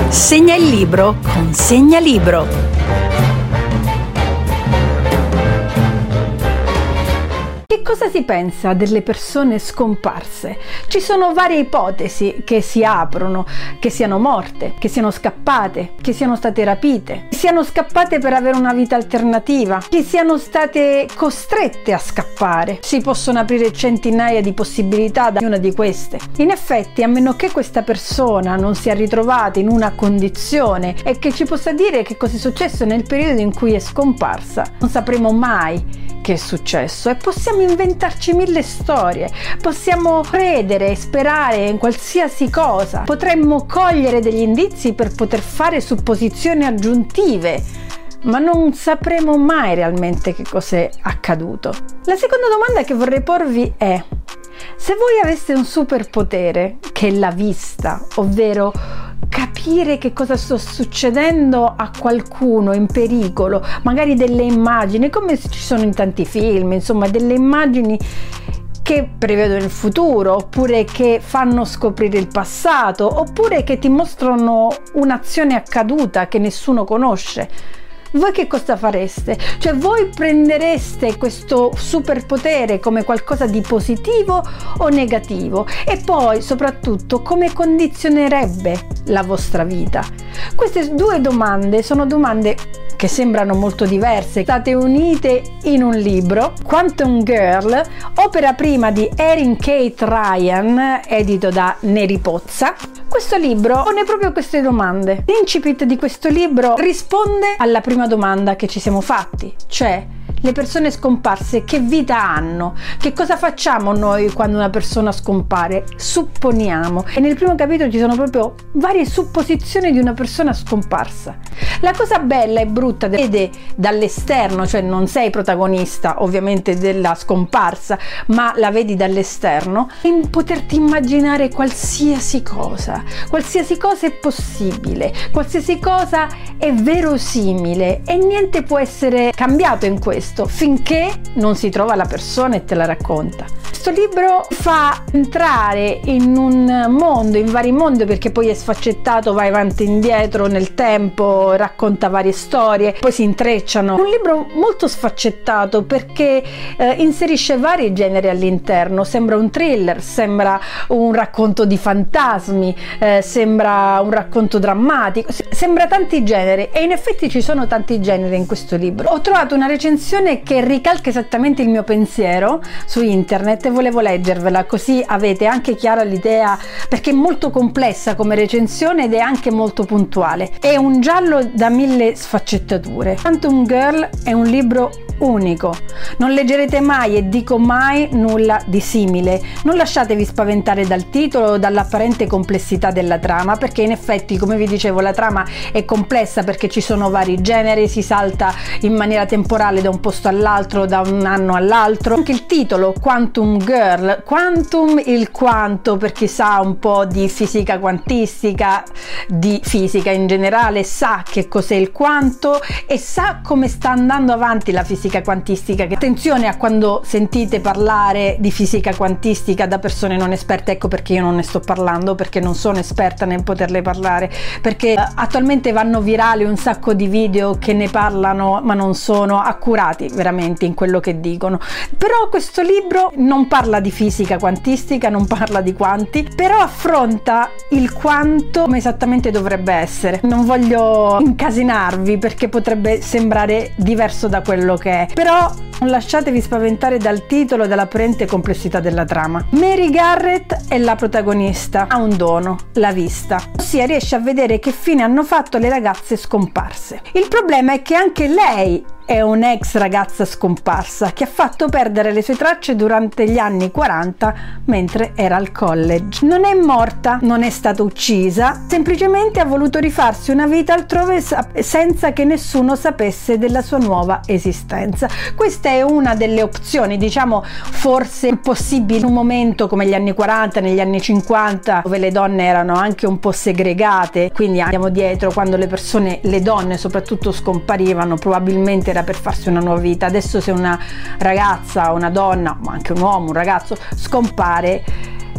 Segna il libro con Segnalibro. Che cosa si pensa delle persone scomparse? Ci sono varie ipotesi che si aprono, che siano morte, che siano scappate, che siano state rapite, che siano scappate per avere una vita alternativa, che siano state costrette a scappare. Si possono aprire centinaia di possibilità da ognuna di queste. In effetti, a meno che questa persona non sia ritrovata in una condizione e che ci possa dire che cosa è successo nel periodo in cui è scomparsa, non sapremo mai che è successo e possiamo inventarci mille storie, possiamo credere e sperare in qualsiasi cosa, potremmo cogliere degli indizi per poter fare supposizioni aggiuntive, ma non sapremo mai realmente che cos'è accaduto. La seconda domanda che vorrei porvi è: se voi aveste un superpotere, che è la vista, ovvero capire che cosa sta succedendo a qualcuno in pericolo, magari delle immagini, come ci sono in tanti film, insomma delle immagini che prevedono il futuro, oppure che fanno scoprire il passato, oppure che ti mostrano un'azione accaduta che nessuno conosce, voi che cosa fareste? Cioè, voi prendereste questo superpotere come qualcosa di positivo o negativo? E poi, soprattutto, come condizionerebbe la vostra vita? Queste due domande sono domande che sembrano molto diverse, state unite in un libro, Quantum Girl, opera prima di Erin Kate Ryan, edito da Neri Pozza. Questo libro pone proprio queste domande. L'incipit di questo libro risponde alla prima domanda che ci siamo fatti, cioè: le persone scomparse che vita hanno? Che cosa facciamo noi quando una persona scompare? Supponiamo. E nel primo capitolo ci sono proprio varie supposizioni di una persona scomparsa. La cosa bella e brutta vede dall'esterno, cioè non sei protagonista ovviamente della scomparsa, ma la vedi dall'esterno, in poterti immaginare qualsiasi cosa. Qualsiasi cosa è possibile, qualsiasi cosa è verosimile e niente può essere cambiato in questo finché non si trova la persona e te la racconta. Questo libro fa entrare in un mondo, in vari mondi, perché poi è sfaccettato, vai avanti e indietro nel tempo, racconta varie storie, poi si intrecciano. È un libro molto sfaccettato perché inserisce vari generi all'interno. Sembra un thriller, sembra un racconto di fantasmi, sembra un racconto drammatico, sembra tanti generi, e in effetti ci sono tanti generi in questo libro. Ho trovato una recensione che ricalca esattamente il mio pensiero su internet e volevo leggervela, così avete anche chiara l'idea, perché è molto complessa come recensione ed è anche molto puntuale. È un giallo da 1000 sfaccettature. Quantum Girl è un libro unico, non leggerete mai, e dico mai, nulla di simile. Non lasciatevi spaventare dal titolo o dall'apparente complessità della trama, perché in effetti, come vi dicevo, la trama è complessa perché ci sono vari generi, si salta in maniera temporale da un posto all'altro, da un anno all'altro. Anche il titolo, Quantum Girl, quantum, il quanto, per chi sa un po' di fisica quantistica, di fisica in generale, sa che cos'è il quanto e sa come sta andando avanti la fisica quantistica. Attenzione a quando sentite parlare di fisica quantistica da persone non esperte, ecco perché io non ne sto parlando, perché non sono esperta nel poterle parlare, perché attualmente vanno virali un sacco di video che ne parlano ma non sono accurati veramente in quello che dicono. Però questo libro non parla di fisica quantistica, non parla di quanti, però affronta il quanto come esattamente dovrebbe essere. Non voglio incasinarvi perché potrebbe sembrare diverso da quello che è, però non lasciatevi spaventare dal titolo e dall'apparente complessità della trama. Mary Garrett è la protagonista, ha un dono, la vista, ossia riesce a vedere che fine hanno fatto le ragazze scomparse. Il problema è che anche lei è un'ex ragazza scomparsa che ha fatto perdere le sue tracce durante gli anni 40 mentre era al college. Non è morta, non è stata uccisa, semplicemente ha voluto rifarsi una vita altrove senza che nessuno sapesse della sua nuova esistenza. Questa è una delle opzioni, diciamo, forse possibili in un momento come gli anni 40, negli anni 50, dove le donne erano anche un po' segregate, quindi andiamo dietro, quando le persone, le donne soprattutto, scomparivano, probabilmente per farsi una nuova vita. Adesso se una ragazza, una donna, ma anche un uomo, un ragazzo scompare,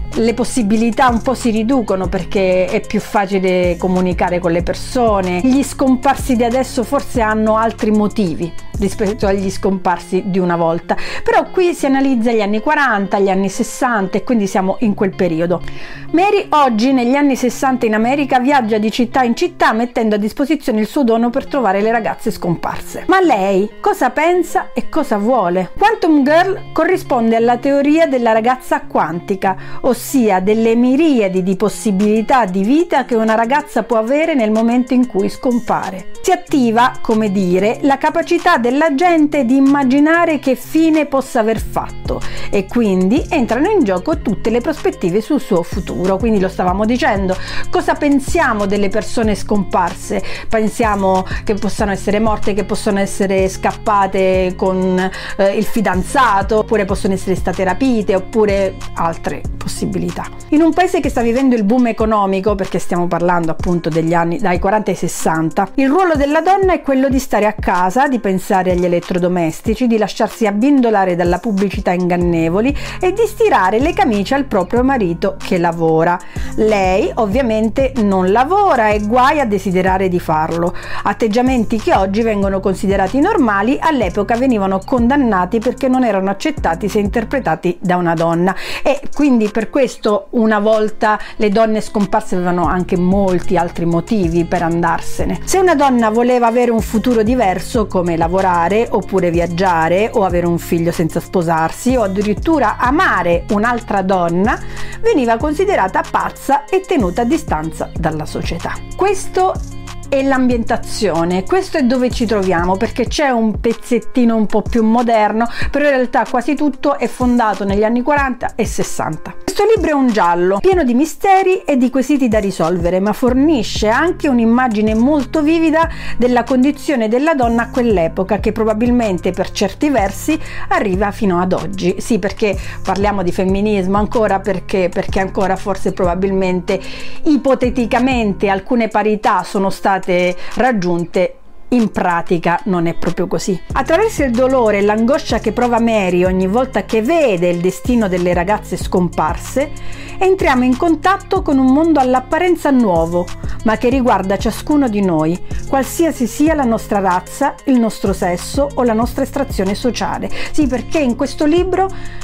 le possibilità un po' si riducono perché è più facile comunicare con le persone. Gli scomparsi di adesso forse hanno altri motivi rispetto agli scomparsi di una volta, però qui si analizza gli anni 40, gli anni 60 e quindi siamo in quel periodo. Mary oggi negli anni 60 in America viaggia di città in città mettendo a disposizione il suo dono per trovare le ragazze scomparse. Ma lei cosa pensa e cosa vuole? Quantum Girl corrisponde alla teoria della ragazza quantica, ossia delle miriadi di possibilità di vita che una ragazza può avere nel momento in cui scompare. Si attiva, come dire, la capacità della gente di immaginare che fine possa aver fatto e quindi entrano in gioco tutte le prospettive sul suo futuro. Quindi lo stavamo dicendo, cosa pensiamo delle persone scomparse? Pensiamo che possano essere morte, che possono essere scappate con il fidanzato, oppure possono essere state rapite, oppure altre possibilità. In un paese che sta vivendo il boom economico, perché stiamo parlando appunto degli anni dai 40 ai 60, il ruolo della donna è quello di stare a casa, di pensare agli elettrodomestici, di lasciarsi abbindolare dalla pubblicità ingannevoli e di stirare le camicie al proprio marito che lavora. Lei ovviamente non lavora e guai a desiderare di farlo. Atteggiamenti che oggi vengono considerati normali, all'epoca venivano condannati perché non erano accettati se interpretati da una donna, e quindi per questo una volta le donne scomparse avevano anche molti altri motivi per andarsene. Se una donna voleva avere un futuro diverso, come lavorare oppure viaggiare o avere un figlio senza sposarsi o addirittura amare un'altra donna, veniva considerata pazza e tenuta a distanza dalla società. Questo è l'ambientazione, questo è dove ci troviamo, perché c'è un pezzettino un po' più moderno, però in realtà quasi tutto è fondato negli anni 40 e 60. Questo libro è un giallo, pieno di misteri e di quesiti da risolvere, ma fornisce anche un'immagine molto vivida della condizione della donna a quell'epoca, che probabilmente per certi versi arriva fino ad oggi. Sì, perché parliamo di femminismo ancora, perché ancora forse probabilmente ipoteticamente alcune parità sono state raggiunte. In pratica non è proprio così. Attraverso il dolore e l'angoscia che prova Mary ogni volta che vede il destino delle ragazze scomparse, entriamo in contatto con un mondo all'apparenza nuovo, ma che riguarda ciascuno di noi, qualsiasi sia la nostra razza, il nostro sesso o la nostra estrazione sociale. Sì, perché in questo libro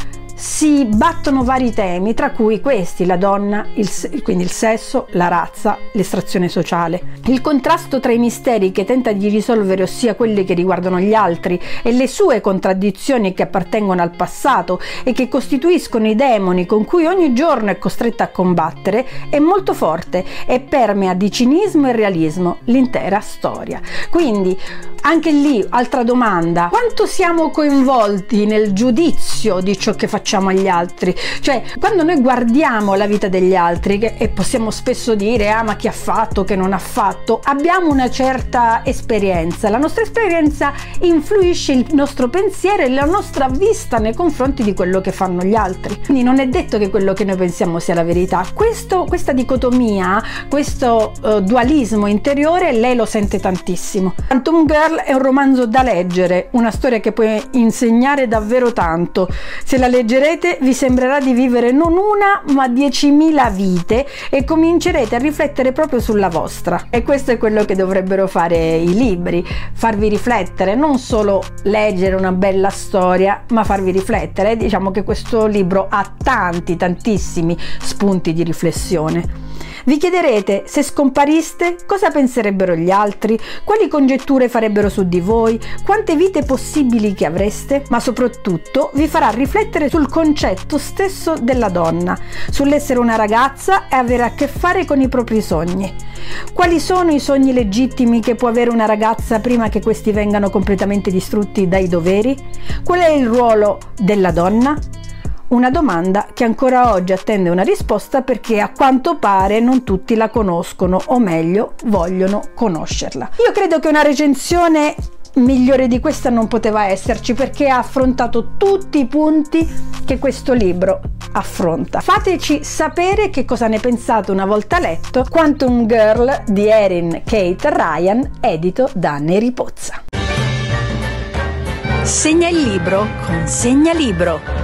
si battono vari temi, tra cui questi: la donna, quindi il sesso, la razza, l'estrazione sociale. Il contrasto tra i misteri che tenta di risolvere, ossia quelli che riguardano gli altri, e le sue contraddizioni che appartengono al passato e che costituiscono i demoni con cui ogni giorno è costretta a combattere, è molto forte e permea di cinismo e realismo l'intera storia. Quindi anche lì, altra domanda: quanto siamo coinvolti nel giudizio di ciò che facciamo agli altri? Cioè, quando noi guardiamo la vita degli altri, e possiamo spesso dire ma chi ha fatto, che non ha fatto, abbiamo una certa esperienza, la nostra esperienza influisce il nostro pensiero e la nostra vista nei confronti di quello che fanno gli altri. Quindi non è detto che quello che noi pensiamo sia la verità. Questa dicotomia, questo dualismo interiore, lei lo sente tantissimo. Quantum Girl è un romanzo da leggere, una storia che può insegnare davvero tanto. Se la leggerete vi sembrerà di vivere non una ma 10.000 vite e comincerete a riflettere proprio sulla vostra. E questo è quello che dovrebbero fare i libri: farvi riflettere, non solo leggere una bella storia, ma farvi riflettere. Diciamo che questo libro ha tantissimi spunti di riflessione. Vi chiederete: se scompariste, cosa penserebbero gli altri? Quali congetture farebbero su di voi? Quante vite possibili che avreste? Ma soprattutto vi farà riflettere sul concetto stesso della donna, sull'essere una ragazza e avere a che fare con i propri sogni. Quali sono i sogni legittimi che può avere una ragazza prima che questi vengano completamente distrutti dai doveri? Qual è il ruolo della donna? Una domanda che ancora oggi attende una risposta, perché a quanto pare non tutti la conoscono, o meglio, vogliono conoscerla. Io credo che una recensione migliore di questa non poteva esserci, perché ha affrontato tutti i punti che questo libro affronta. Fateci sapere che cosa ne pensate una volta letto Quantum Girl di Erin Kate Ryan, edito da Neri Pozza. Segna il libro con Segna Libro.